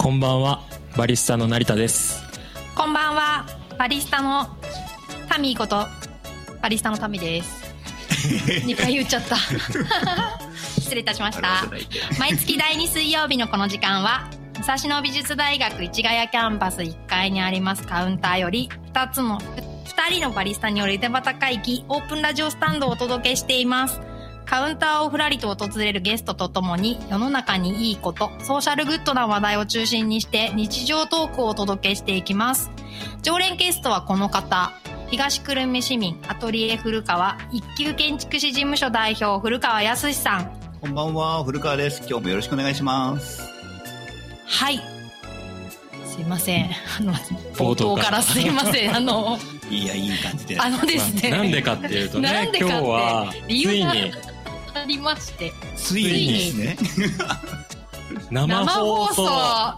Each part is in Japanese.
こんばんは、バリスタの成田です。 こんばんは、バリスタのタミーことバリスタのタミです2回言っちゃった失礼いたしました。毎月第2水曜日のこの時間は武蔵野美術大学市ヶ谷キャンパス1階にありますカウンターより2人のバリスタによる井戸端会議オープンラジオスタンドをお届けしています。カウンターをふらりと訪れるゲストとともに世の中にいいこと、ソーシャルグッドな話題を中心にして日常トークをお届けしていきます。常連ゲストはこの方、東久留米市民アトリエ古川一級建築士事務所代表古川康さん。 こんばんは、古川です。今日もよろしくお願いします。 はい、すいません、冒頭からすいません。いい感じです。 ですね、 なんでかっていうとね、今日はついにありまして、 ついにですね生放送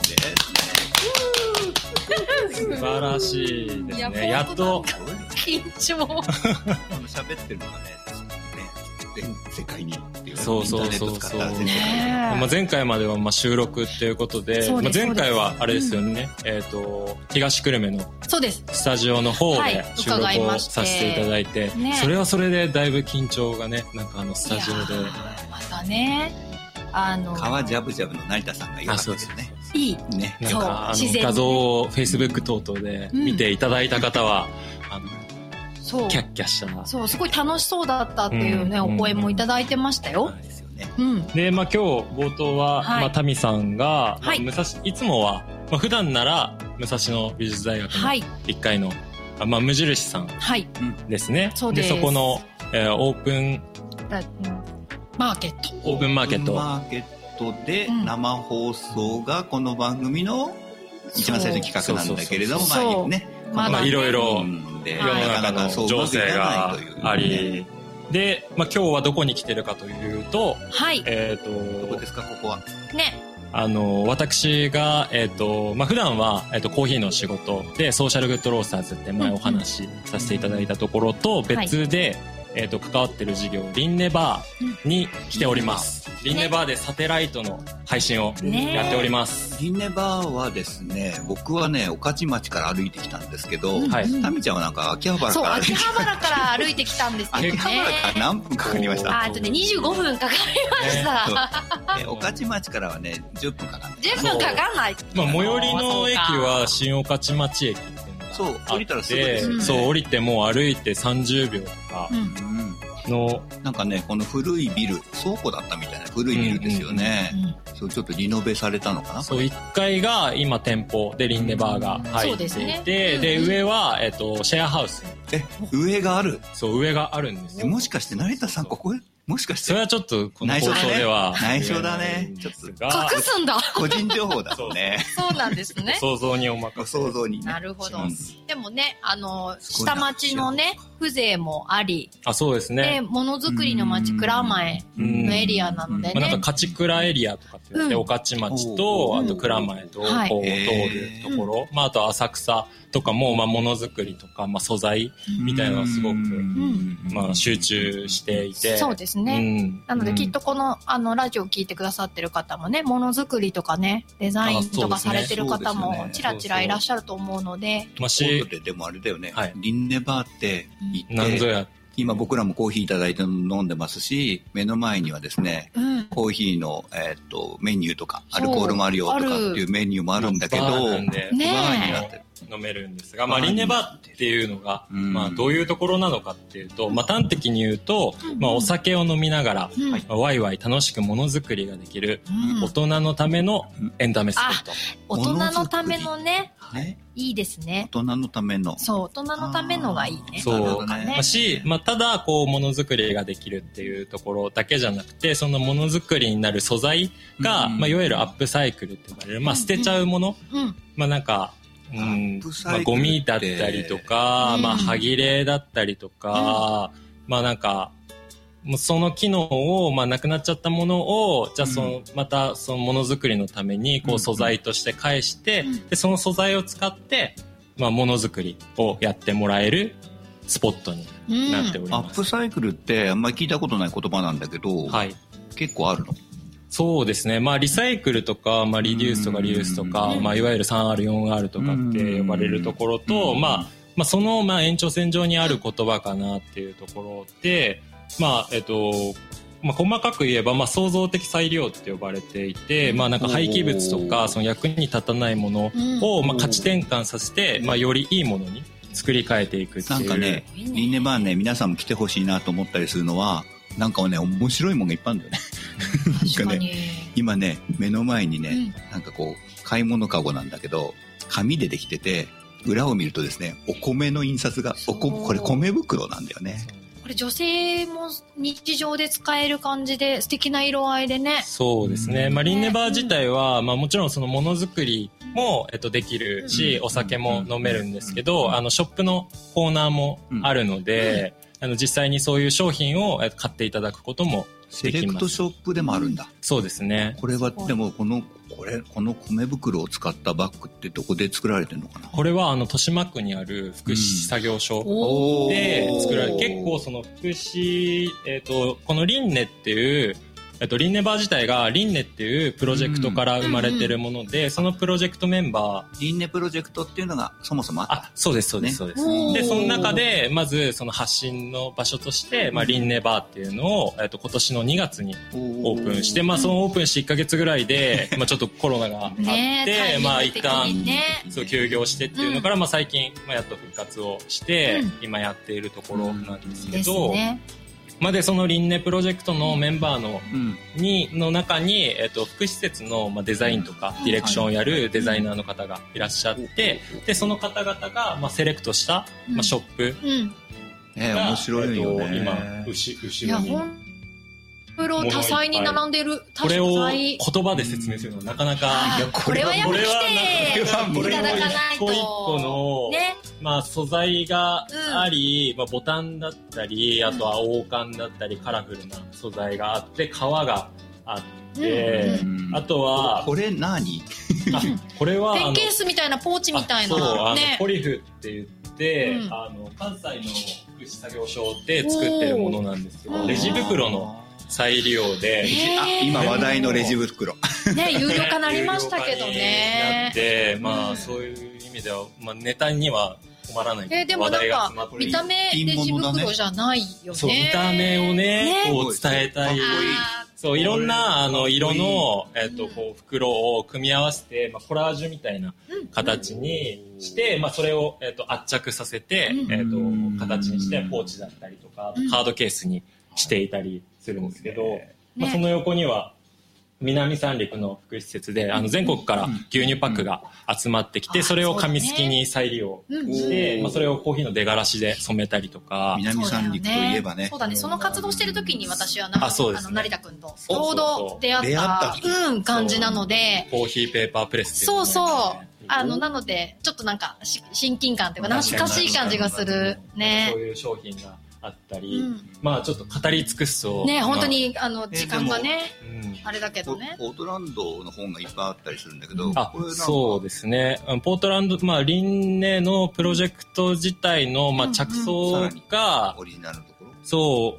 素晴らしいですね。やっと緊張喋ってるのがね、全世界にっていう、 そうインターネット使ったら全世界に、 前回までは収録っていうことで、前回はあれですよね、東久留米のスタジオの方で収録をさせていただいて、それはそれでだいぶ緊張がね、なんかスタジオでまたね、 川ジャブジャブの成田さんがいるわけですよね。 いいね、なんか画像を Facebook 等々で見ていただいた方は、キャッキャした、 すごい楽しそうだったっていうね、お声もいただいてましたよ。 で、今日冒頭は、タミさんが、いつもは、普段なら武蔵野美術大学の1階の、無印さんですね。で、そこの、オープンマーケット。 オープンマーケット。 マーケットで生放送がこの番組の一番最初の企画なんだけれども、 いろいろ世の中の情勢があり、で、今日はどこに来てるかというと、 どこですか、ここは。 ね。 私が、普段は、コーヒーの仕事で、ソーシャルグッドロースターズって前お話しさせていただいたところと、別で、関わってる事業、リンネバーに来ております。リンネバーでサテライトの配信をやっております。 リンネバーはですね、僕はね、御徒町から歩いてきたんですけど、タミちゃんはなんか秋葉原から秋葉原から歩いてきたんですけどね。 秋葉原から何分かかりました？ 25分かかりました。 御徒町からはね、10分かかんない。 10分かかんない。 最寄りの駅は新御徒町駅。 降りたらすぐです。 降りてもう歩いて30秒とかの、 なんかね、この古いビル、倉庫だったみたいな古いビルですよね。そうちょっとリノベされたのかな。 そう、1階が今店舗でリンネバーが入っていて、で上はシェアハウス。 上がある。 そう、上があるんですよ。 もしかして成田さんここへ？もしかしてそれはちょっとこの放送では内緒だね。 ちょっと隠すんだ。 個人情報だもんね。 そうなんですね。 想像にお任せ。 想像に。 なるほど。でもね、下町のね、風情もあり。 そうですね。 で、ものづくりの町、蔵前のエリアなのでね。 なんか勝倉エリアとかって言って、御徒町と、あと蔵前と、こう、通るところ。あと浅草とかも、ものづくりとか、素材みたいなのがすごく、集中していて。 そうですね。なのできっとこのラジオを聞いてくださってる方もね、ものづくりとかね、デザインとかされてる方もちらちらいらっしゃると思うので。 でもあれだよね。リンネバーって行って。 なんぞや。 今僕らもコーヒーいただいて飲んでますし、目の前にはですね、コーヒーのメニューとかアルコールもあるよとかっていうメニューもあるんだけど、バーになってる。 飲めるんですが、リンネバーっていうのが、どういうところなのかっていうと、端的に言うと、お酒を飲みながら、ワイワイ楽しくものづくりができる、大人のためのエンタメスポット。 大人のためのね、いいですね。 大人のための。 そう、大人のためのがいいね。 そう。ただ、ものづくりができるっていうところだけじゃなくて、そのものづくりになる素材が、いわゆるアップサイクルって呼ばれる、捨てちゃうもの。なんか、ゴミだったりとか、歯切れだったりとか、なんか、もうその機能を、なくなっちゃったものを、じゃあまたそのものづくりのために、素材として返して、で、その素材を使って、ものづくりをやってもらえるスポットになっております。 アップサイクルってあんまり聞いたことない言葉なんだけど、結構あるの？ そうですね。まあ、リサイクルとか、まあ、リデュースとかリユースとか、まあ、いわゆる 3R、4R とかって呼ばれるところと、まあ、その、まあ、延長線上にある言葉かなっていうところで、まあ、まあ、細かく言えば、まあ、創造的再利用って呼ばれていて、まあ、なんか廃棄物とか、その役に立たないものを、まあ、価値転換させて、まあ、よりいいものに作り変えていくっていう。 なんかね、リンネバーね、皆さんも来てほしいなと思ったりするのは、なんかね、面白いものがいっぱいあるんだよね。 確かに。 今ね、目の前にね、なんかこう、買い物カゴなんだけど、紙でできてて、裏を見るとですね、お米の印刷が、これ米袋なんだよね。 これ女性も日常で使える感じで素敵な色合いでね。 そうですね。まあ、リンネバー自体は、まあ、もちろんそのものづくりも、できるし、お酒も飲めるんですけど、ショップのコーナーもあるので、実際にそういう商品を買っていただくこともできます。セレクトショップでもあるんだ。 そうですね。 これはでもこの米袋を使ったバッグってどこで作られてるのかな。 これは豊島区にある福祉作業所で作られ、結構その福祉、このリンネっていうリンネバー自体がリンネっていうプロジェクトから生まれてるもので、そのプロジェクトメンバー。 リンネプロジェクトっていうのがそもそもあった。 あ、そうです、そうです、そうです。で、その中で、まずその発信の場所として、まあ、リンネバーっていうのを、今年の2月にオープンして、まあ、そのオープンして1ヶ月ぐらいで、まあ、ちょっとコロナがあって、まあ、一旦、そう、休業してっていうのから、まあ、最近、まあ、やっと復活をして、今やっているところなんですけど、まあ、でそのリンネプロジェクトのメンバーの中に、福祉施設のデザインとかディレクションをやるデザイナーの方がいらっしゃって、でその方々がセレクトした、ショップが、 面白いよね。 今後ろにプロ多彩に並んでる。 これを言葉で説明するのはなかなか、 これはやめていただかないと。 一個一個の、まあ素材があり、まあボタンだったり、あとは王冠だったり、カラフルな素材があって、革があって、あとは、 これ何？ これはペンケースみたいなポーチみたいな。 そう、ポリフって言って、関西の福祉作業所で作ってるものなんですけど、レジ袋の再利用で、 今話題のレジ袋ね、有料化なりましたけどね。 なって、まあそういう意味では、まあネタには困らない。 でもなんか見た目レジ袋じゃないよね。 そう、見た目をね、こう伝えたい。そう、いろんな色のこう袋を組み合わせて、まあコラージュみたいな形にして、まあそれを圧着させて形にしてポーチだったりとかカードケースにしていたりするんですけど、まあその横には南三陸の福祉施設で全国から牛乳パックが集まってきて、それを紙すきに再利用して、まあそれをコーヒーの出がらしで染めたりとか。 南三陸といえばね。 そうだね。その活動してる時に私は成田くんとちょうど出会った感じなので。 コーヒーペーパープレスっていう。 そうそう。なのでちょっとなんか親近感というか懐かしい感じがするね。 そういう商品があったり、まあちょっと語り尽くすとね、本当に時間がね、あれだけどね。 ポートランドの本がいっぱいあったりするんだけど、 そうですね。ポートランド、まあリンネのプロジェクト自体の着想がオリジナルのところ、 そう、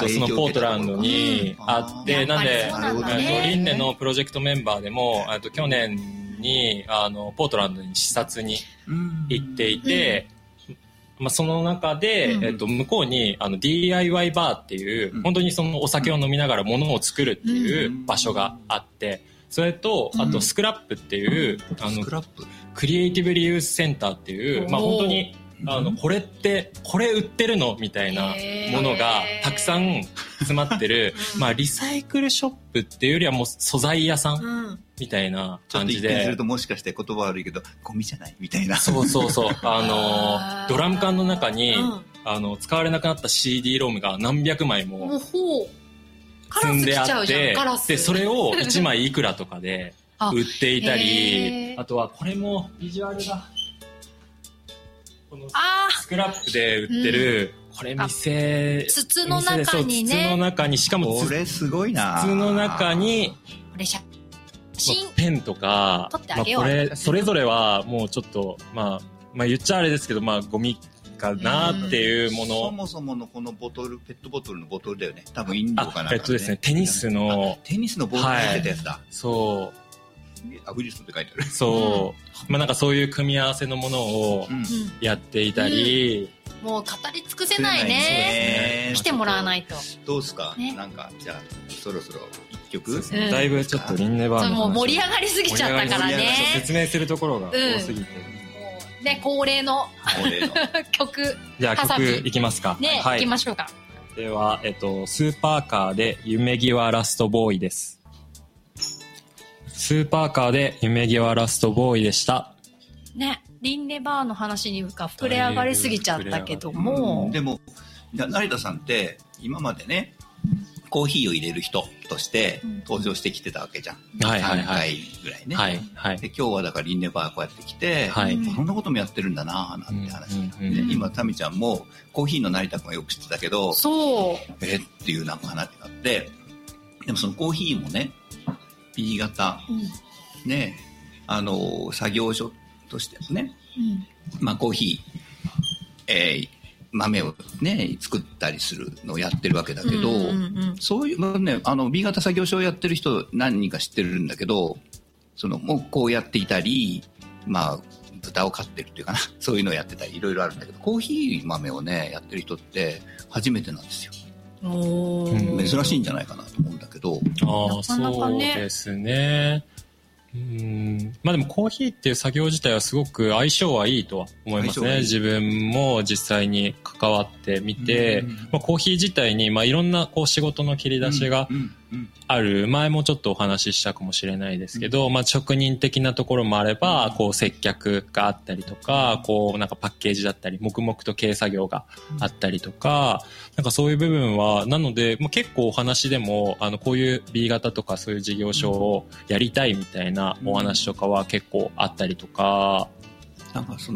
そのポートランドにあって、なんでリンネのプロジェクトメンバーでも去年にポートランドに視察に行っていて。まあ、その中で、向こうにDIY バーっていう、本当にそのお酒を飲みながら物を作るっていう場所があって、それと、あとスクラップっていう、クリエイティブリユースセンターっていう、まあ本当に、これ売ってるのみたいなものがたくさん詰まってる、まあリサイクルショップっていうよりはもう素材屋さんみたいな感じで。 ちょっと一見するともしかして言葉悪いけど、ゴミじゃないみたいな。 そうそうそう。ドラム缶の中に、使われなくなった CD ロムが何百枚も積んであって、で、それを1枚いくらとかで売っていたり、あとはこれもビジュアルが、このスクラップで売ってる、これ筒の中にね。 筒の中に、しかもこれすごいな。 筒の中に、ペンとか、まあこれ、それぞれはもうちょっと、まあ言っちゃあれですけど、まあゴミかなっていうもの、 そもそものこのボトル、ペットボトルのボトルだよね。多分インドかな、ね。 ですね、テニスのボール入ってたやつだ。 そうアフリストって書いてある。 そう、まあなんかそういう組み合わせのものをやっていたり、 もう語り尽くせないね。来てもらわないと。 どうですか、なんかじゃあそろそろ一曲、 だいぶちょっとリンネバーのもう盛り上がりすぎちゃったからね。 説明するところが多すぎて、 ね、恒例の曲。 じゃあ曲いきますか。 ね、いきましょうか。 では、スーパーカーで夢際ラストボーイです。スーパーカーで夢際ラストボーイでした。 ね、リンネバーの話に膨れ上がりすぎちゃったけども。 でも、成田さんって今までね、コーヒーを入れる人として登場してきてたわけじゃん。 はいはいはい。 3回ぐらいね。 はいはい。 で、今日はだからリンネバーこうやって来て、そんなこともやってるんだなぁなんて話。今、タミちゃんもコーヒーの成田君はよく知ってたけど、 そう。 っていうなんか話があって、でもそのコーヒーもね、B 型、ね、作業所としてね、まあコーヒー、豆をね、作ったりするのをやってるわけだけど、そういう、ね、B 型作業所をやってる人何人か知ってるんだけど、もうこうやっていたり、まあ、豚を飼ってるっていうかな、そういうのをやってたりいろいろあるんだけど、コーヒー豆をね、やってる人って初めてなんですよ。珍しいんじゃないかなと思うんだけど。 ああ、そうですね。まあでもコーヒーっていう作業自体はすごく相性はいいとは思いますね。自分も実際に関わってみて、まあ、コーヒー自体にまあいろんなこう仕事の切り出しがある。前もちょっとお話ししたかもしれないですけど、まあ職人的なところもあれば、こう接客があったりとか、こうなんかパッケージだったり、黙々と経営作業があったりとか、なんかそういう部分は、なので、まあ、結構お話でも、こういう B 型とかそういう事業所をやりたいみたいなお話とかは結構あったりとか。 なんか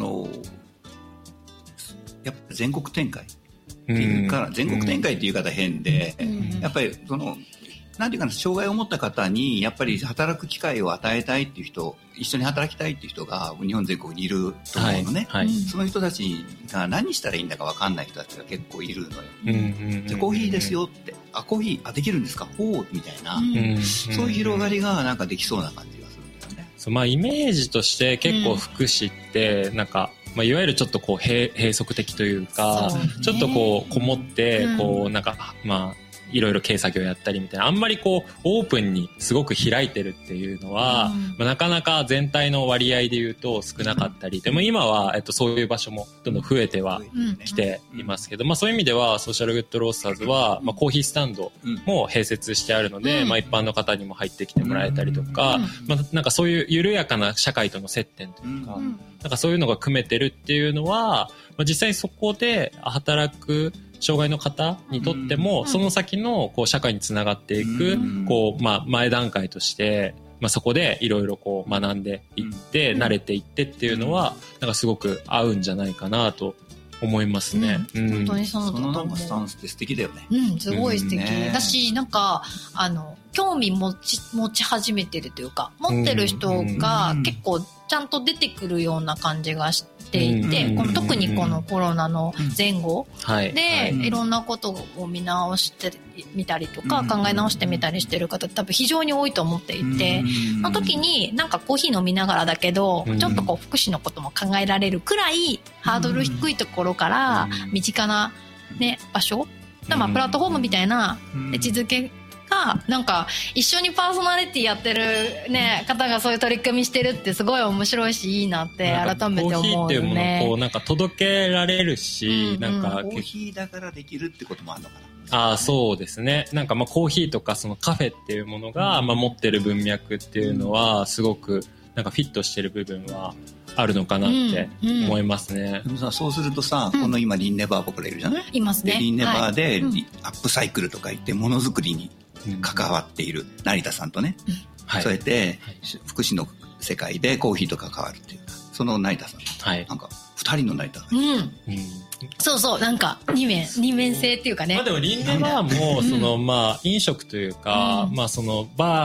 やっぱ全国展開っていうから、全国展開っていう言い方変で、やっぱりなんていうかな、障害を持った方にやっぱり働く機会を与えたいっていう人、一緒に働きたいっていう人が日本全国にいると思うのね、その人たちが何したらいいんだか分かんない人たちが結構いるのよ。じゃあコーヒーですよって、コーヒーできるんですか、ほうみたいな、そういう広がりがなんかできそうな感じがするんだよね。 まあイメージとして結構福祉ってなんか、まあ、いわゆるちょっとこう閉塞的というか、ちょっとこうこもってこうなんかまあいろいろ経営作業やったりみたいな、あんまりこうオープンにすごく開いてるっていうのは、まあ、なかなか全体の割合で言うと少なかったり、でも今はそういう場所もどんどん増えてはきていますけど、まあそういう意味ではソーシャルグッドロースターズは、まあ、コーヒースタンドも併設してあるので、まあ一般の方にも入ってきてもらえたりとか、まあなんかそういう緩やかな社会との接点というか、なんかそういうのが組めてるっていうのは、まあ、実際そこで働く障害の方にとっても、その先のこう社会につながっていく、こうまあ前段階として、まあそこでいろいろこう学んでいって、慣れていってっていうのは、なんかすごく合うんじゃないかなと思いますね。 本当にそうだと思う。 そのなんかスタンスって素敵だよね。 すごい素敵。だし、なんか、興味持ち始めてるというか、持ってる人が結構ちゃんと出てくるような感じがしていて、特にこのコロナの前後でいろんなことを見直してみたりとか考え直してみたりしてる方多分非常に多いと思っていて、その時になんかコーヒー飲みながらだけどちょっとこう福祉のことも考えられるくらいハードル低いところから身近なね場所、まあプラットフォームみたいな位置づけがなんか一緒にパーソナリティやってるね方がそういう取り組みしてるってすごい面白いしいいなって改めて思うよね。コーヒーっていうものをこうなんか届けられるし、なんかコーヒーだからできるってこともあるのかな。 ああ、そうですね。なんかまあコーヒーとかそのカフェっていうものがまあ持ってる文脈っていうのはすごくなんかフィットしてる部分はあるのかなって思いますね。 でもさ、そうするとさ、この今リンネバー僕らいるじゃない？ いますね。 でリンネバーでアップサイクルとか言ってものづくりに関わっている成田さんとね、そうやって福祉の世界でコーヒーと関わるっていうか、その成田さん、なんか2人の成田さん、 そうそう、なんか二面性っていうかね。 まあでもリンネバーもそのまあ飲食というか、まあそのバー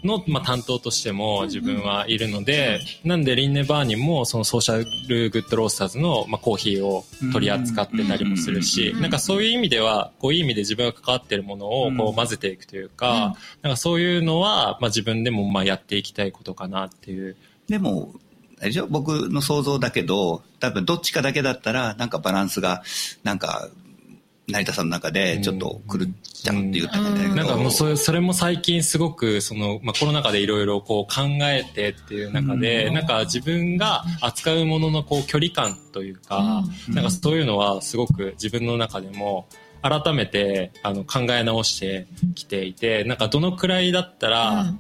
の、まあ、担当としても自分はいるので、なんでリンネバーにもそのソーシャルグッドロースターズの、まあ、コーヒーを取り扱ってたりもするし、なんかそういう意味ではこういい意味で自分が関わってるものをこう混ぜていくというか、なんかそういうのは、まあ、自分でもまあやっていきたいことかなっていう。でもあれでしょ、僕の想像だけど多分どっちかだけだったらなんかバランスがなんか成田さんの中でちょっと狂っちゃうって言ったんだけど、 なんかもうそれも最近すごくその、まあ、コロナ禍でいろいろこう考えてっていう中で、なんか自分が扱うもののこう距離感というか、なんかそういうのはすごく自分の中でも改めて考え直してきていて、なんかどのくらいだったら、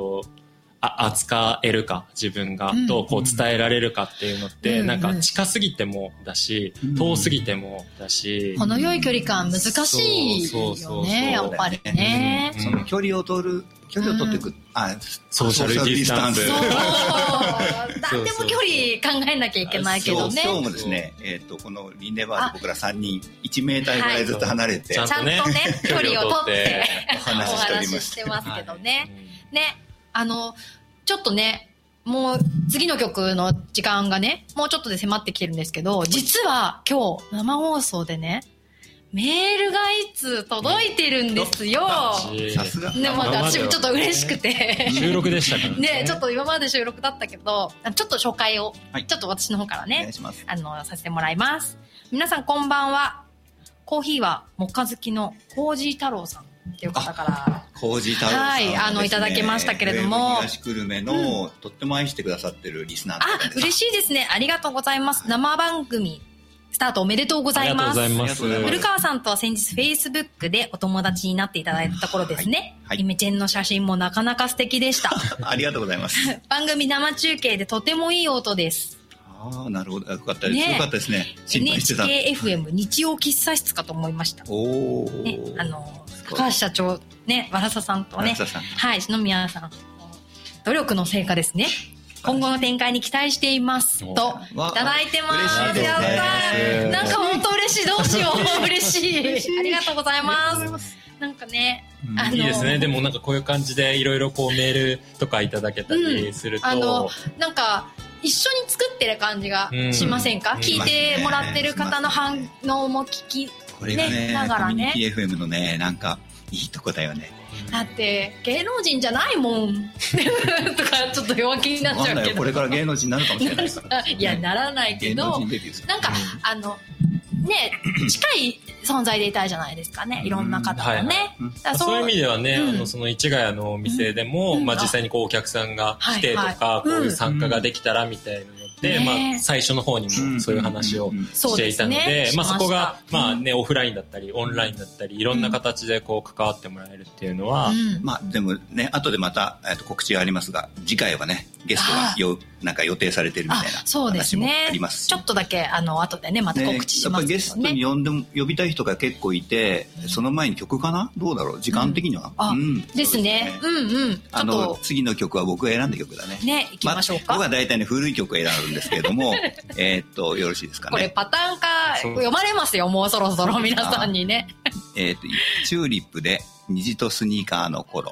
扱えるか自分がとこう伝えられるかっていうのって、なんか近すぎてもだし、遠すぎてもだし、 程よい距離感難しいよね、やっぱりね。 その距離を取っていく、 ソーシャルディスタンス。 何でも距離考えなきゃいけないけどね。 今日もですね、このリンネバーで僕ら3人1メーターぐらいずつ離れて、 ちゃんとね距離を取ってお話ししてますけどね。ね。ちょっとね、もう次の曲の時間がね、もうちょっとで迫ってきてるんですけど、実は今日生放送でね、メールがいつ届いてるんですよ。 さすが。 でも私もちょっと嬉しくて。 収録でしたからね。ちょっと今まで収録だったけど、ちょっと紹介を、ちょっと私の方からね、させてもらいます。皆さんこんばんは。コーヒーはモカ好きのコージー太郎さんっていう方から、 コージー太郎さんですね、 はい、いただきましたけれども、 東久留米の、とっても愛してくださってるリスナーの方です。 嬉しいですね。ありがとうございます。生番組スタートおめでとうございます。古川さんとは先日 Facebook でお友達になっていただいたところですね。イメチェンの写真もなかなか素敵でした。 ありがとうございます。 番組生中継でとてもいい音です。 なるほど。よかったです。よかったですね。心配してた。 NHK-FM 日曜喫茶室かと思いました。ね、高橋社長、ね、わらささんとね、はい、篠宮さん、努力の成果ですね。今後の展開に期待していますといただいてます。やったー。なんか本当嬉しい。どうしよう。嬉しい。ありがとうございます。なんかね、 いいですね。でもなんかこういう感じでいろいろこうメールとかいただけたりすると、 なんか一緒に作ってる感じがしませんか？聞いてもらってる方の反応も聞きこれがね、ながらね、コミュニティ FM のね、なんかいいとこだよね。 だって芸能人じゃないもんとかちょっと弱気になっちゃうけど、 これから芸能人になるかもしれないからいやならないけど、なんかね、近い存在でいたいじゃないですかね、いろんな方とね。 そういう意味ではね、その市ヶ谷のお店でも、まあ実際にこうお客さんが来てとか、こういう参加ができたらみたいなので、まあ最初の方にもそういう話をしていたので、まあそこがまあね、オフラインだったりオンラインだったりいろんな形でこう関わってもらえるっていうのは、 まあでもね、後でまた告知がありますが、次回はね、ゲストがなんか予定されてるみたいな話もありますし、 ちょっとだけ後でねまた告知しますけどね。 やっぱりゲストに呼びたい人が結構いて、その前に曲かな、どうだろう、時間的には。 ですね。 次の曲は僕が選んだ曲だね。 ね、行きましょうか。 僕は大体ね古い曲を選ぶんですけれども、よろしいですかね。 これパターン化読まれますよ、もうそろそろ皆さんにね。 チューリップで虹とスニーカーの頃。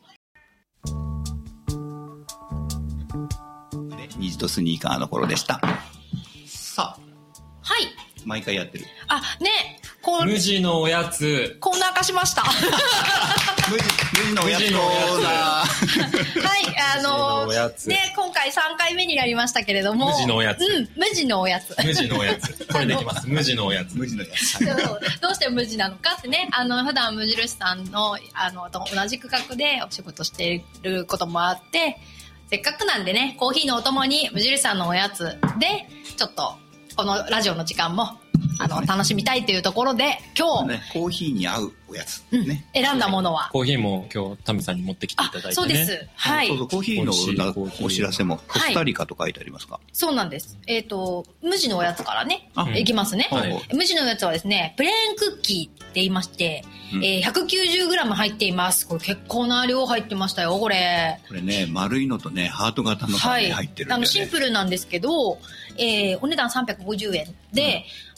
虹とスニーカーの頃でした。さあ、 はい、 毎回やってる。 ね、 無地のおやつコーナー化しました。 無地のおやつコーナー。 はい、ね、今回3回目になりましたけれども、 無地のおやつ、 無地のおやつ、 無地のおやつ、これできます。無地のおやつ、 無地のおやつ。 どうして無地なのかってね、普段無印さんの同じ区画でお仕事していることもあって、せっかくなんでね、コーヒーのお供に無印さんのおやつでちょっとこのラジオの時間も楽しみたいというところで、今日、 コーヒーに合うおやつね、 選んだものはコーヒーも今日タミさんに持ってきていただいてね。 そうです、はい。 そうそう、コーヒーのお知らせもコスタリカと書いてありますか？ そうなんです。無地のおやつからね、いきますね。無地のおやつはですね、プレーンクッキーって言いまして、190g 入っています。これ結構な量入ってましたよ、これ。 これね、丸いのとね、ハート型のが入ってるんだよね。 シンプルなんですけど、お値段350円で、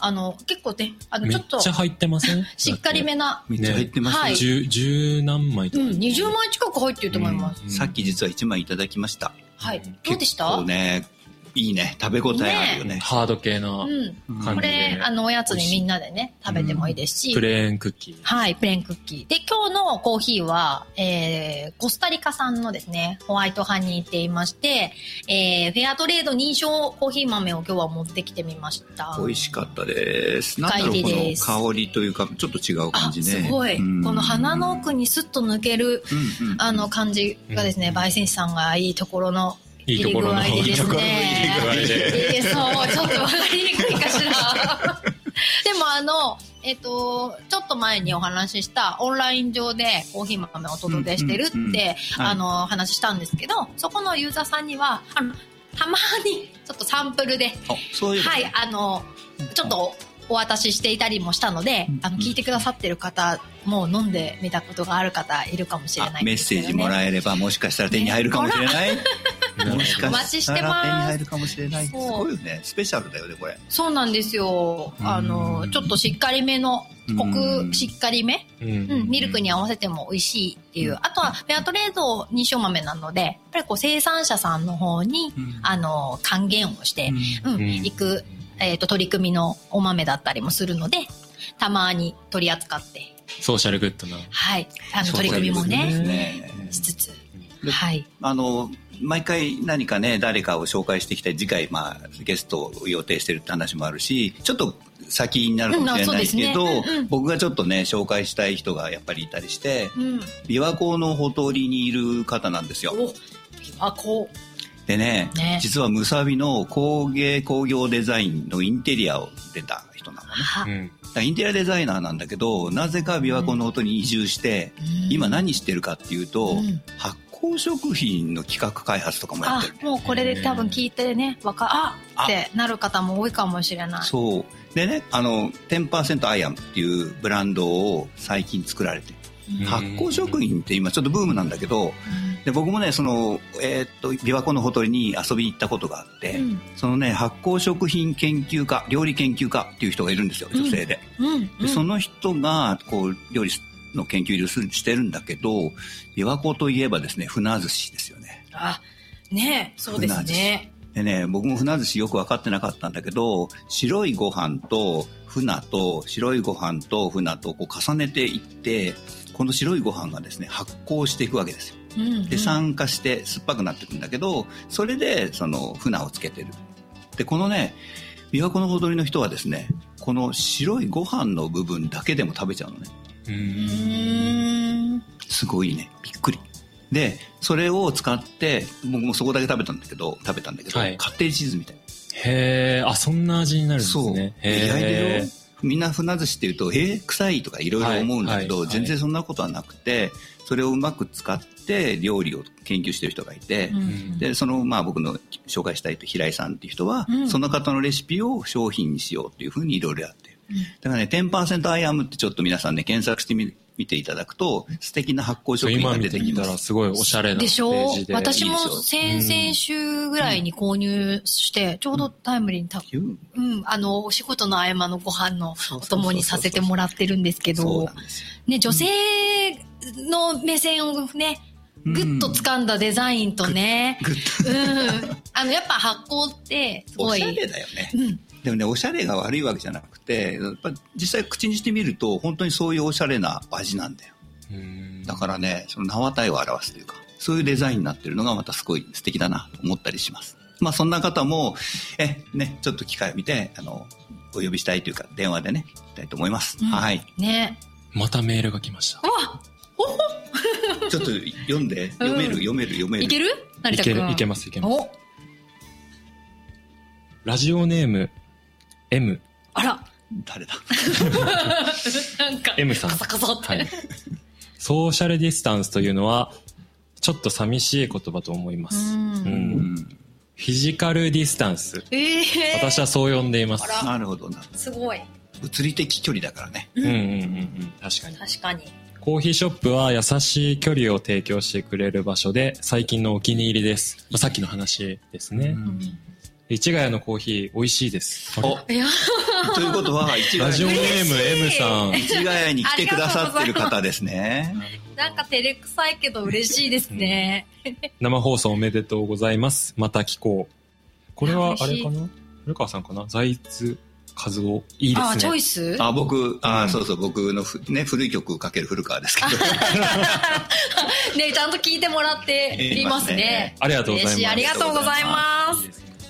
結構ね、 めっちょっとちゃ入ってません？ しっかりめな。 めっちゃ入ってますね。 はい。 10何枚とか。 20枚近く入ってると思います。 さっき実は1枚いただきました。 はい。どうでした？ 結構ね、いいね。食べ応えあるよね。 ハード系な感じで。 これ、おやつにみんなでね、食べてもいいですし。 プレーンクッキー。 はい、プレーンクッキー。で、今日のコーヒーは、コスタリカ産のですね、ホワイトハニーって言いまして、フェアトレード認証コーヒー豆を今日は持ってきてみました。 美味しかったです。なんだろう、この香りというか、ちょっと違う感じね。 すごい。この鼻の奥にスッと抜ける、感じがですね、焙煎師さんがいいところの、 いいところの入り具合でですね。 そう、 ちょっとわかりにくいかしら。でもちょっと前にお話ししたオンライン上でコーヒー豆をお届けしてるって、話したんですけど、そこのユーザーさんには、たまにちょっとサンプルで、 そういうはい、ちょっとお渡ししていたりもしたので、聞いてくださってる方、もう飲んでみたことがある方いるかもしれないですよね。 メッセージもらえればもしかしたら手に入るかもしれない。もしかしたら手に入るかもしれない。すごいよね。スペシャルだよね、これ。 そうなんですよ。ちょっとしっかりめの、コクしっかりめ、ミルクに合わせても美味しいっていう。あとは、フェアトレード認証豆なので、やっぱり生産者さんの方に、還元をして、いく、取り組みのお豆だったりもするので、たまに取り扱って。 ソーシャルグッドな。 はい。取り組みもね、しつつ。はい。 毎回何かね、誰かを紹介してきたり、次回、ゲストを予定してるって話もあるし、ちょっと先になるかもしれないけど、僕がちょっとね、紹介したい人がやっぱりいたりして、琵琶湖のほとりにいる方なんですよ。 琵琶湖。 でね、実はムサビの工業デザインのインテリアを出た人なのね。インテリアデザイナーなんだけど、なぜか琵琶湖の音に移住して、今何してるかっていうと、発酵食品の企画開発とかもやってる。 もうこれで多分聞いてね、ってなる方も多いかもしれない。 そう。でね、10% I am っていうブランドを最近作られて、発酵食品って今ちょっとブームなんだけど、で僕もね琵琶湖のほとりに遊びに行ったことがあって、そのね発酵食品研究家料理研究家っていう人がいるんですよ、女性で。でその人がこう料理の研究をしてるんだけど、琵琶湖といえばですね、船寿司ですよね。 そうですね。 でね、僕も船寿司よく分かってなかったんだけど、白いご飯と船と白いご飯と船とこう重ねていって、この白いご飯がですね発酵していくわけですよ。で酸化して酸っぱくなっていくんだけど、それでその船をつけてる。でこのね琵琶湖のほとりの人はですね、この白いご飯の部分だけでも食べちゃうのね。すごいね、びっくり。でそれを使って僕もそこだけ食べたんだけど、カッテージチーズみたいな。 へー、そんな味になるんですね。 そう、意外でよ。みんな船寿司っていうと臭いとかいろいろ思うんだけど、全然そんなことはなくて、それをうまく使って料理を研究してる人がいて、で僕の紹介したいと平井さんっていう人は、その方のレシピを商品にしようっていうふうにいろいろやってる。だからね 10% I am ってちょっと皆さんね検索して見ていただくと素敵な発酵食品が出てきます。今見てみたらすごいおしゃれなページで。 私も先々週ぐらいに購入して、ちょうどタイムリーにお仕事の合間のご飯のお供にさせてもらってるんですけど、ね、女性の目線をね、ぐっと掴んだデザインとね、やっぱ発酵ってすごいおしゃれだよね。でもね、おしゃれが悪いわけじゃなくて、やっぱ実際口にしてみると本当にそういうおしゃれな味なんだよ。だからね、その名は体を表すというか、そういうデザインになってるのがまたすごい素敵だなと思ったりします。そんな方もちょっと機会を見てお呼びしたいというか、電話でね行きたいと思います。はいね。 またメールが来ました。 ちょっと読んで、読める。 いける？ いけます。ラジオネーム M。 あら、 誰だ？ なんか M さん。 カサカサって。 ソーシャルディスタンスというのはちょっと寂しい言葉と思います。フィジカルディスタンス。私はそう呼んでいます。 なるほどな。 すごい。 物理的距離だからね。 確かに。コーヒーショップは優しい距離を提供してくれる場所で最近のお気に入りです。さっきの話ですね。 市ヶ谷のコーヒー美味しいです。 いやということはラジオネーム M さん、 市ヶ谷に来てくださってる方ですね。 なんか照れくさいけど嬉しいですね。 生放送おめでとうございます。また聞こう。これはあれかな、古川さんかな、財津和夫。いいですね。 チョイス？ 僕、そうそう、僕の古い曲かける古川ですけど。 ね、ちゃんと聞いてもらっていますね。 ありがとうございます。 ありがとうございます。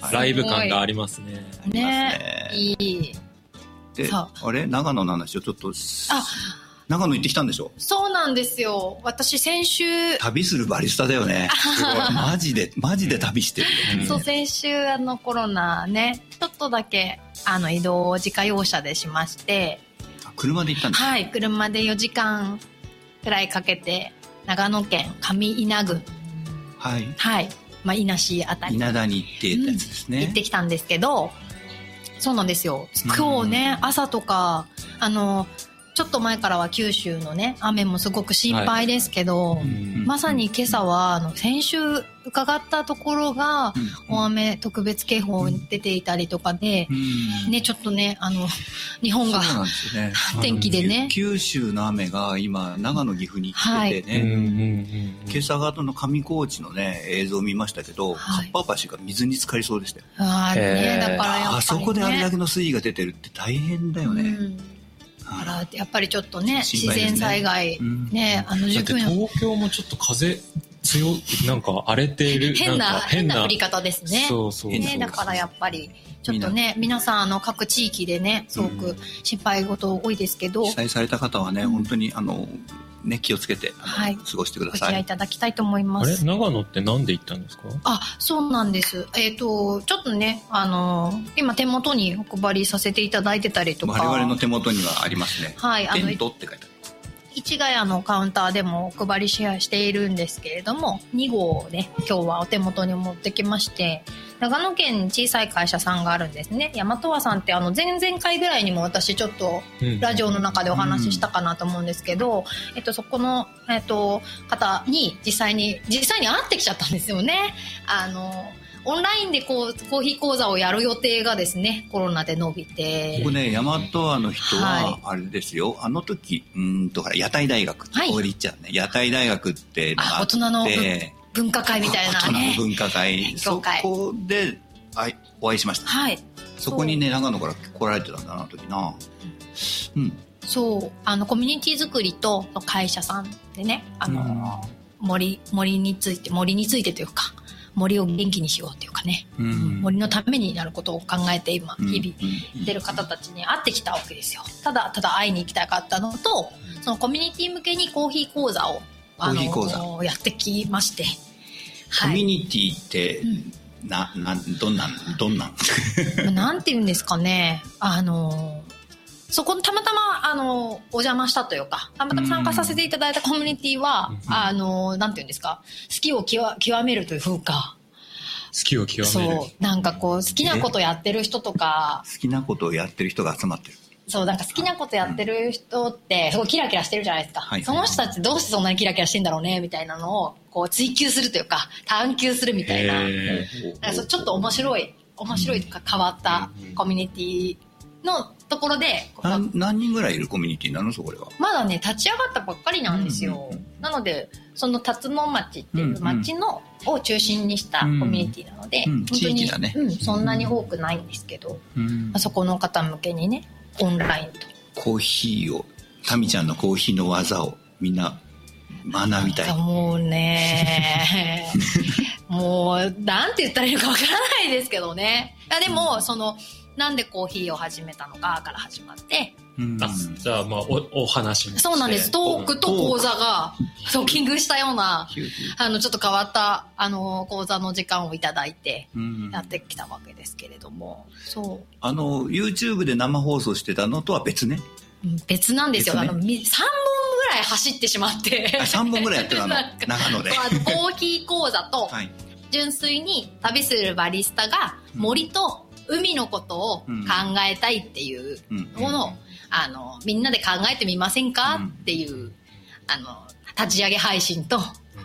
ライブ感がありますね。 ね、いい。 で、あれ長野の話をちょっと。長野行ってきたんでしょ？そうなんですよ。私先週。 旅するバリスタだよね。マジで旅してるよね。 そう、先週コロナね、ちょっとだけ移動を自家用車でしまして。 車で行ったんですか？はい、 車で4時間くらいかけて、長野県上稲郡。 はい。 はい。まあ、伊那市あたり。 稲田に行ってたやつですね。 行ってきたんですけど、そうなんですよ。今日ね、朝とか、ちょっと前からは九州のね、雨もすごく心配ですけど、まさに今朝は、先週伺ったところが、大雨特別警報出ていたりとかで、ね、ちょっとね、日本が、天気でね。 九州の雨が今、長野岐阜に来ててね、今朝方の上高地のね、映像を見ましたけど、かっぱ橋が水に浸かりそうでしたよ。 だからやっぱりね。 あそこであれだけの水位が出てるって大変だよね。 だからやっぱりちょっとね、自然災害ね、 だって東京もちょっと風強い、なんか荒れている、 変な降り方ですね。 そうね、だからやっぱりちょっとね、皆さん各地域でね、すごく心配事多いですけど、 被災された方はね、本当にね、気をつけて過ごしてください。 ご自愛いただきたいと思います。 長野ってなんで行ったんですか？ そうなんです。ちょっとね、今手元にお配りさせていただいてたりとか。 我々の手元にはありますね。 はい。 テントって書いてある。 市ヶ谷のカウンターでもお配りしているんですけれども、2号をね、今日はお手元に持ってきまして、長野県に小さい会社さんがあるんですね。大和和さんって前々回ぐらいにも私ちょっとラジオの中でお話ししたかなと思うんですけど、そこの、方に実際に会ってきちゃったんですよね。オンラインでコーヒー講座をやる予定がですね、コロナで伸びて。 僕ね、大和の人は、あれですよ、あの時、ほら、屋台大学って、ここで言っちゃうね。屋台大学ってのがあって、大人の文化会みたいなね。 大人の文化会。そこでお会いしました。 はい。 そこにね、長野から来られてたんだな、あの時な。 そう。コミュニティ作りと会社さんでね、森についてというか、森を元気にしようというかね、森のためになることを考えて今、日々出る方たちに会ってきたわけですよ。ただ会いに行きたかったのと、そのコミュニティ向けにコーヒー講座をやってきまして。 コミュニティって、どんなんなんて言うんですかね。そこたまたまお邪魔したというか、たまたま参加させていただいたコミュニティは、なんて言うんですか、好きを極めるというか、 好きを極める。 そう、なんか好きなことやってる人とか、 好きなことをやってる人が集まってる。 そう、なんか好きなことやってる人ってすごいキラキラしてるじゃないですか。その人たちどうしてそんなにキラキラしてんだろうねみたいなのを追求するというか、探求するみたいな、なんかちょっと面白いとか変わったコミュニティのところで、 何人ぐらいいるコミュニティなの？そこではまだね、立ち上がったばっかりなんですよ。なのでその辰野町っていう町を中心にしたコミュニティなので、本当に、そんなに多くないんですけど、そこの方向けにね、オンラインとコーヒーを、タミちゃんのコーヒーの技をみんな学びたい。 もうねもうなんて言ったらいいのかわからないですけどね。でもなんでコーヒーを始めたのかから始まって、 じゃあお話も。 そうなんです。トークと講座がドッキングしたようなちょっと変わった講座の時間をいただいてやってきたわけですけれども、そう。 YouTube で生放送してたのとは別ね。 別なんですよ。3本ぐらい走ってしまって。 3本ぐらいやってたの長野で。 コーヒー講座と純粋に旅するバリスタが森と海のことを考えたいっていうものを、みんなで考えてみませんかっていう立ち上げ配信と、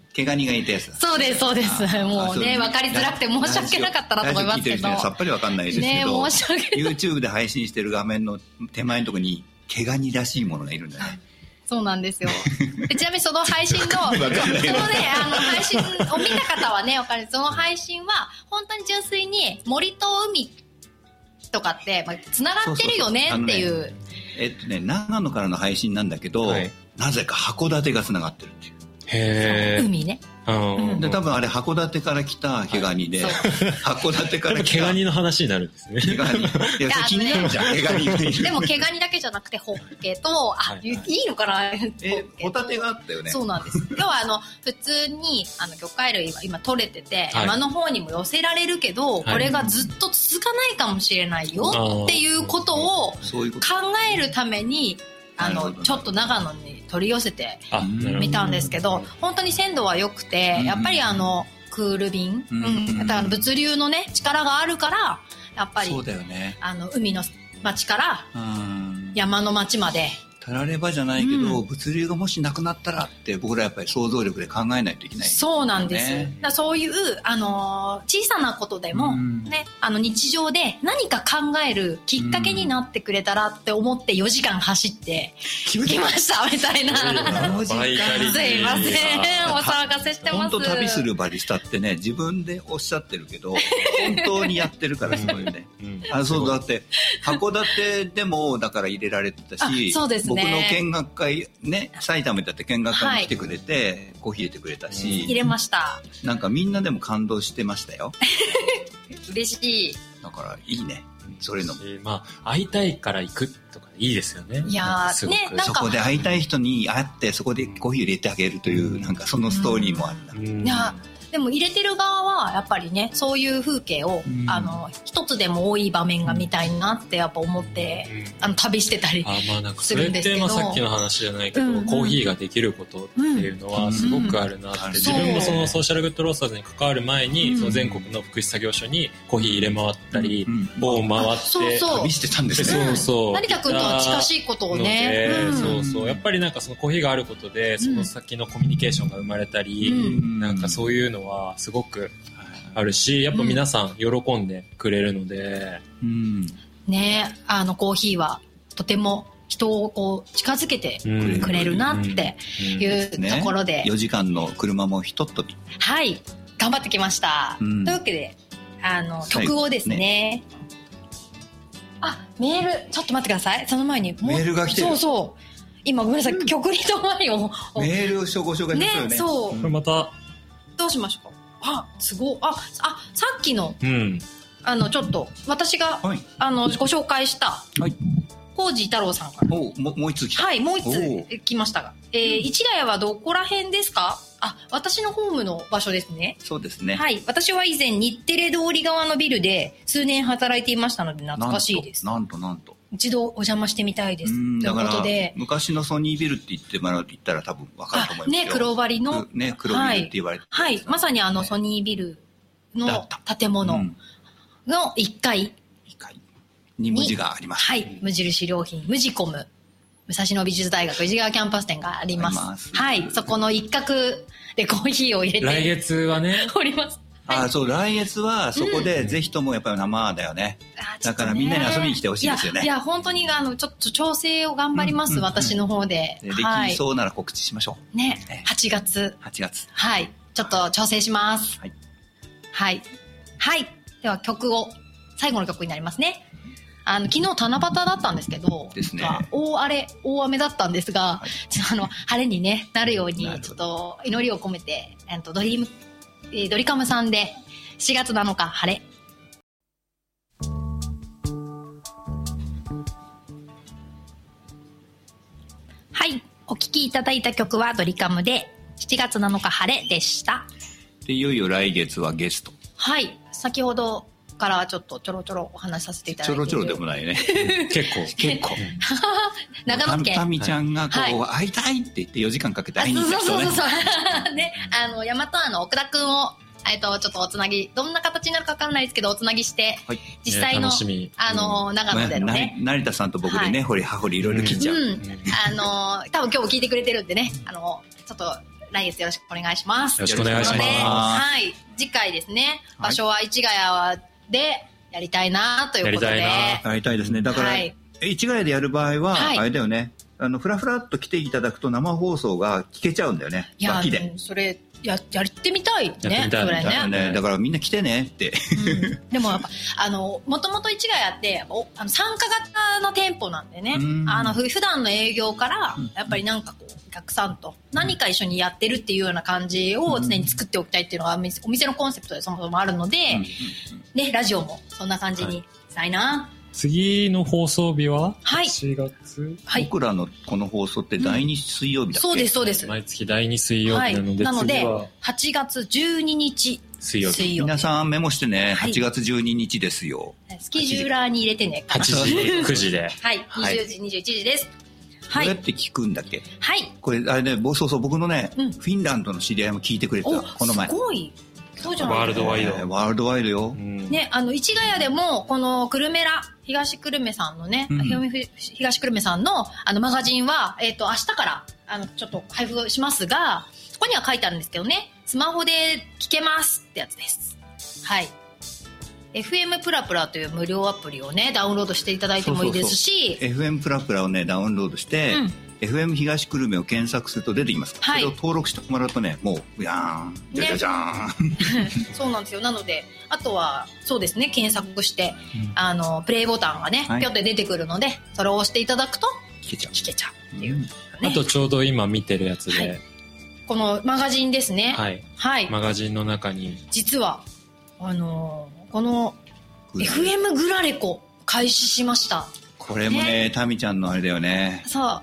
毛ガニがいたやつだ。 そうですそうです。もうね、分かりづらくて申し訳なかったなと思いますけど。 さっぱり分かんないですけど、 ね、申し訳ない。 YouTube で配信してる画面の手前のところに毛ガニらしいものがいるんだね。 そうなんですよ。ちなみにその配信のそのね、配信を見た方はね、わかる。その配信は本当に純粋に森と海とかってつながってるよねっていう。 長野からの配信なんだけど、はい、なぜか函館がつながってるっていう。 へー。 海ね。 で多分あれ函館から来た毛ガニで、函館から来た毛ガニの話になるんですね。 毛ガニ。いや、それ気になるじゃん、毛ガニ。 でも毛ガニだけじゃなくてホッケと、いいのかな、 ホタテがあったよね。 そうなんです。今日は普通に魚介類が今取れてて、山の方にも寄せられるけど、これがずっと続かないかもしれないよっていうことを考えるために、ちょっと長野に取り寄せてみたんですけど、本当に鮮度は良くて、やっぱりクール便、物流のね力があるから、やっぱりそうだよね、海の町から山の町までたらればじゃないけど、物流がもしなくなったらって僕らやっぱり想像力で考えないといけない、ね、 そうなんです。だそういう小さなことでも、ね、日常で何か考えるきっかけになってくれたらって思って4時間走ってきましたみたいな。すいません、お騒がせしてます。 本当旅するバリスタってね、自分でおっしゃってるけど本当にやってるからすごいね。そうだって函館でもだから入れられてたし、 そうですね、 僕の見学会ね、埼玉だって見学会に来てくれて、コーヒー入れてくれたし、 入れました。 なんかみんなでも感動してましたよ。 嬉しい。 だからいいね、そういうの。 会いたいから行くとかいいですよね。 いやーね、 そこで会いたい人に会ってそこでコーヒー入れてあげるという、なんかそのストーリーもあるんだ。 いやでも入れてる側はやっぱりね、そういう風景を、一つでも多い場面が見たいなってやっぱ思って、旅してたりするんですけど。 それってさっきの話じゃないけど、コーヒーができることっていうのはすごくあるなって、自分もそのソーシャルグッドロースターズに関わる前に、その全国の福祉作業所にコーヒー入れ回ったり、を回って旅してたんですね。 成田君とは近しいことをね。 やっぱりなんかそのコーヒーがあることで、その先のコミュニケーションが生まれたり、なんかそういうのはすごくあるし、やっぱ皆さん喜んでくれるので、 ね、コーヒーはとても人をこう近づけてくれるなっていうところで、 4時間の車もひとっ飛び、 はい頑張ってきました、というわけで曲をですね、メールちょっと待ってください。その前にメールが来てる。 そう今ごめんなさい、曲にと前をメールをご紹介しますよね。 そう、 これまたどうしましょうか。すごい。さっきの、ちょっと私が、ご紹介した、コージー太郎さんから。 もう一つ来た。 はい、もう一つ来ましたが。市ヶ谷はどこら辺ですか？私のホームの場所ですね。 そうですね。 はい。私は以前、日テレ通り側のビルで数年働いていましたので懐かしいです。 なんと。 一度お邪魔してみたいです。 だから昔のソニービルって言ってもらうと言ったら多分分かると思いますよ。 ね、黒張りの。 ね、黒ビルって言われて、 はい。まさにソニービルの建物の1階に無地があります。 はい。無印良品、無地コム、武蔵野美術大学宇治川キャンパス店があります。はい。そこの一角でコーヒーを入れて。 来月はね。 おります。 そう、来月はそこでぜひともやっぱり生だよね。だからみんなに遊びに来てほしいですよね。 いや、本当にちょっと調整を頑張ります、私の方で。 できそうなら告知しましょう。 ね、8月。はい。ちょっと調整します。はい。では最後の曲になりますね。昨日七夕だったんですけど、大雨だったんですが、ちょっと晴れにね、なるように、ちょっと祈りを込めて、ドリカムさんで4月7日晴れ。はい、お聴きいただいた曲はドリカムで7月7日晴れでした。 でいよいよ来月はゲスト。 はい、先ほどからちょっとちょろちょろお話しさせていただいている。 ちょろちょろでもないね。結構。 長野県。 タミちゃんが会いたいって言って4時間かけて会いに行った人ね。 そう。で、大和奥田くんを、ちょっとおつなぎ、どんな形になるかわかんないですけど、おつなぎして、実際の、長野でのね。 成田さんと僕でね、掘り葉掘りいろいろ聞いちゃう。 多分今日も聞いてくれてるんでね、ちょっと、 来月よろしくお願いします。 よろしくお願いします。 はい。次回ですね、場所は市ヶ谷でやりたいなということで。 やりたいですね。だから、市ヶ谷でやる場合は、あれだよね。ふらふらっと来ていただくと生放送が聞けちゃうんだよね。脇で。 それ、やってみたいね。 だからみんな来てねって。 でもやっぱ、もともと市ヶ谷って、参加型の店舗なんでね、普段の営業から、やっぱりなんかこう、お客さんと何か一緒にやってるっていうような感じを常に作っておきたいっていうのがお店のコンセプトでそもそもあるので、ね、ラジオもそんな感じにしたいな。 次の放送日は 4 月、 僕らのこの放送って第2水曜日だっけ？ そうですそうです。 毎月第2水曜日なので、 なので8月12日水曜日。 皆さんメモしてね、8月12日ですよ。 スケジューラーに入れてね。 8時9時で。 はい、20時21時です。 どうやって聞くんだっけ？ はい。 これあれね、そう僕のね、フィンランドの知り合いも聞いてくれたこの前。 すごい。そうじゃない。 ワールドワイド。 ワールドワイドよ。 ね、市ヶ谷でもこの久留米ら東久留米さんのね、東久留米さんのマガジンは明日からちょっと配布しますが、そこには書いてあるんですけどね、スマホで聞けますってやつです。はい。FM プラプラという無料アプリをねダウンロードしていただいてもいいですし、 FM プラプラをねダウンロードして、FM 東久留米を検索すると出てきます。それを登録してもらうとね、もうじゃーんじゃじゃじゃーん。 そうなんですよ。なのであとはそうですね、検索して、プレイボタンがね、ぴょって出てくるので、それを押していただくと聞けちゃうっていう、 あとちょうど今見てるやつで、 このマガジンですね。 はい。マガジンの中に実はこの FM グラレコ開始しました。 これもね、タミちゃんのあれだよね。 そう、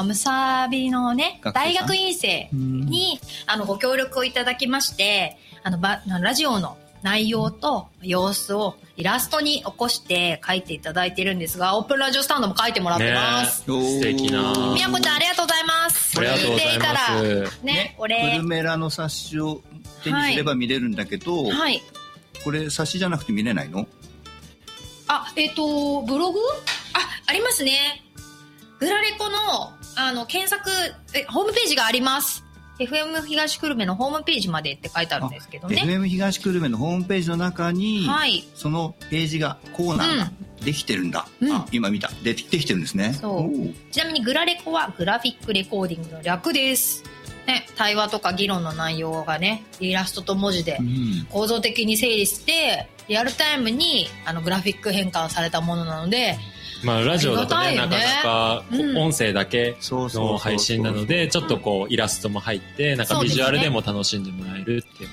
ムサビのね、大学院生にご協力をいただきまして、ラジオの内容と様子をイラストに起こして書いていただいてるんですが、オープンラジオスタンドも書いてもらってます。 素敵な。 みやこちゃんありがとうございます。 ありがとうございます。 ね、 これ。プルメラの冊子を手にすれば見れるんだけど、はい。これ冊子じゃなくて見れないの？ ブログ？ありますね。グラレコの、検索、ホームページがあります。FM 東久留米のホームページまでって書いてあるんですけどね。 FM 東久留米のホームページの中に、そのページが、コーナーができてるんだ。今見た。できてるんですね。 そう。ちなみにグラレコはグラフィックレコーディングの略です。ね、対話とか議論の内容がね、イラストと文字で構造的に整理して、リアルタイムにグラフィック変換されたものなので、 ラジオだとね、なかなか音声だけの配信なので、ちょっとこうイラストも入って、なんかビジュアルでも楽しんでもらえるっていう、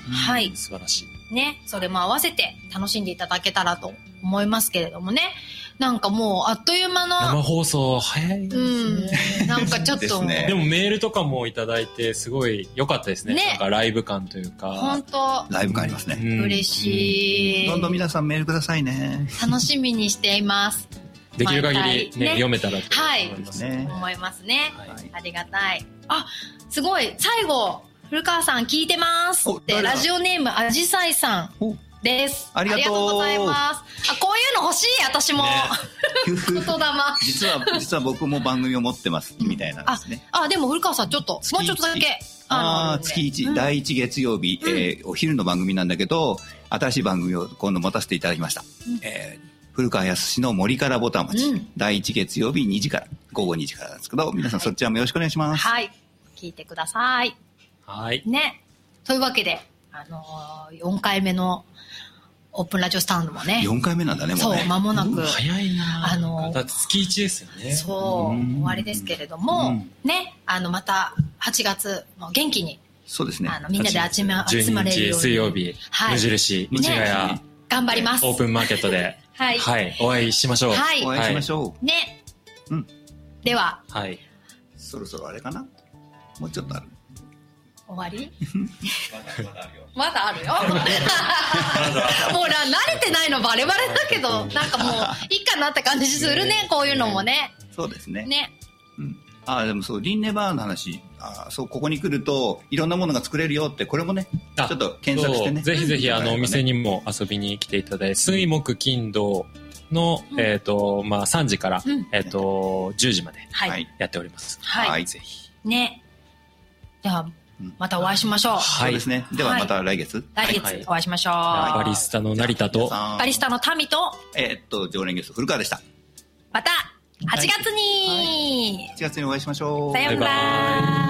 素晴らしい。 ね、それも合わせて楽しんでいただけたらと思いますけれどもね。なんかもうあっという間の生放送早いですね。 なんかちょっとでもメールとかもいただいてすごい良かったですね。なんかライブ感というか。 本当。 ライブ感ありますね。 嬉しい。 どんどん皆さんメールくださいね。 楽しみにしています。 できる限りね読めたらと思いますね。思いますね。ありがたい。すごい最後古川さん聞いてますってラジオネームあじさいさん。です。 ありがとうございます。こういうの欲しい、私も。言霊。 実は僕も番組を持ってます、みたいなんですね。 でも古川さん、もうちょっとだけ。 月1、第1月曜日、お昼の番組なんだけど、新しい番組を今度持たせていただきました。古川康の森からぼたん町、第1月曜日2時から、午後2時からなんですけど、皆さんそちらもよろしくお願いします。 はい。聞いてください。 はい。 ね。というわけで、4回目のオープンラジオスタンドもね。 4回目なんだね、もうね。 そう、間もなく。 早いな。だって月1ですよね。 そう、終わりですけれども、ね、また8月、元気に。 そうですね。 みんなで集まれるように。 12日水曜日、無印、市ヶ谷。 頑張ります。 オープンマーケットで。はい。お会いしましょう。 はい。 お会いしましょう。 ね。では。 はい。 そろそろあれかな？もうちょっとある。 終わり？まだあるよ。もう慣れてないのバレバレだけど、なんかもういいかなって感じするね、こういうのもね。 そうですね。 ね。 でもそう、リンネバーの話、そう、ここに来るといろんなものが作れるよって、これもね、ちょっと検索してね。 ぜひぜひお店にも遊びに来ていただいて、水木金土の、3時から、10時までやっております。 はい。 ぜひ。 ね。じゃあ、 またお会いしましょう。 そうですね。ではまた来月。 来月お会いしましょう。 バリスタの成田と、 バリスタのタミと、 常連ゲスト古川でした。 また8月に 8月にお会いしましょう。 さようなら。